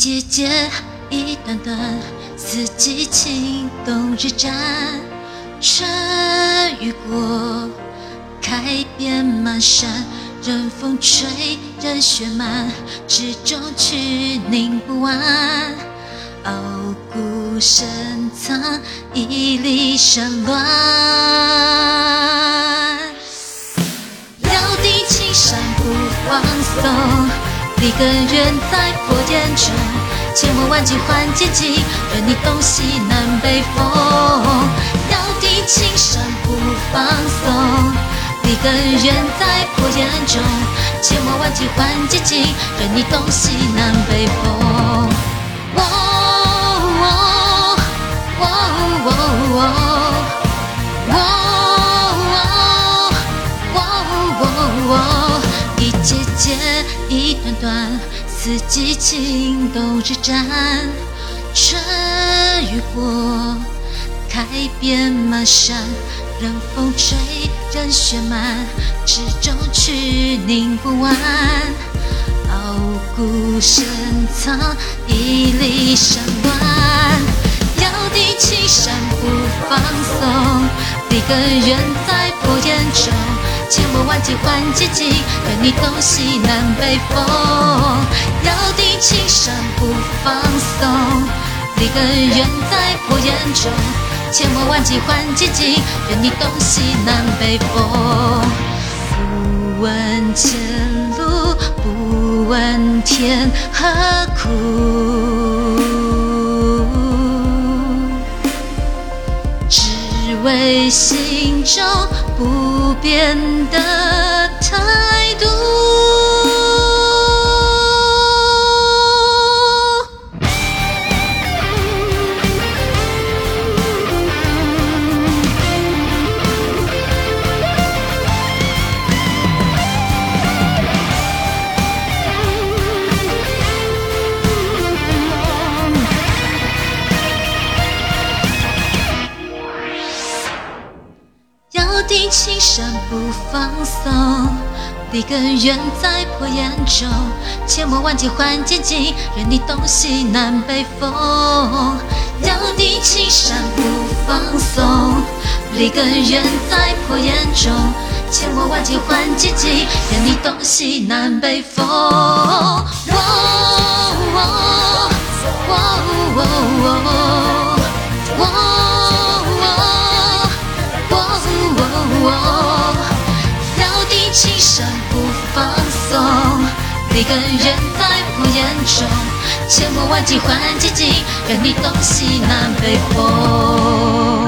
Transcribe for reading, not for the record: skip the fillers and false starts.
节节，一段段，四季情动日战。春雨过，开遍满山，任风吹，任雪漫，始终去凝不完。傲骨深藏，屹立山峦。料敌青山不放松，立根远在破茧中。千磨万击换阶级，任你东西南北风。料敌青山不放松，立根远在破茧中。千磨万击换阶级，任你东西南北风。一节节，一段段，四季情动日战。春雨过，开遍满山，任风吹，任雪漫，始终去凝不完。傲骨深藏，屹立山峦。料敌青山不放松，立根远在破茧中。千磨万击换阶级，任你东西南北风。料敌青山不放松，立根远在破茧中。千磨万击换阶级，任你东西南北风。不问前路，不问天何苦，只为心中不变的态度。料敌青山不放松，立根远在破茧中。千磨万击换阶级，任你东西南北风。料敌青山不放松，立根远在破茧中。千磨万击换阶级，任你东西南北风。料敌青山不放松，立根远在破茧中。千磨万击换阶级，任你东西南北风。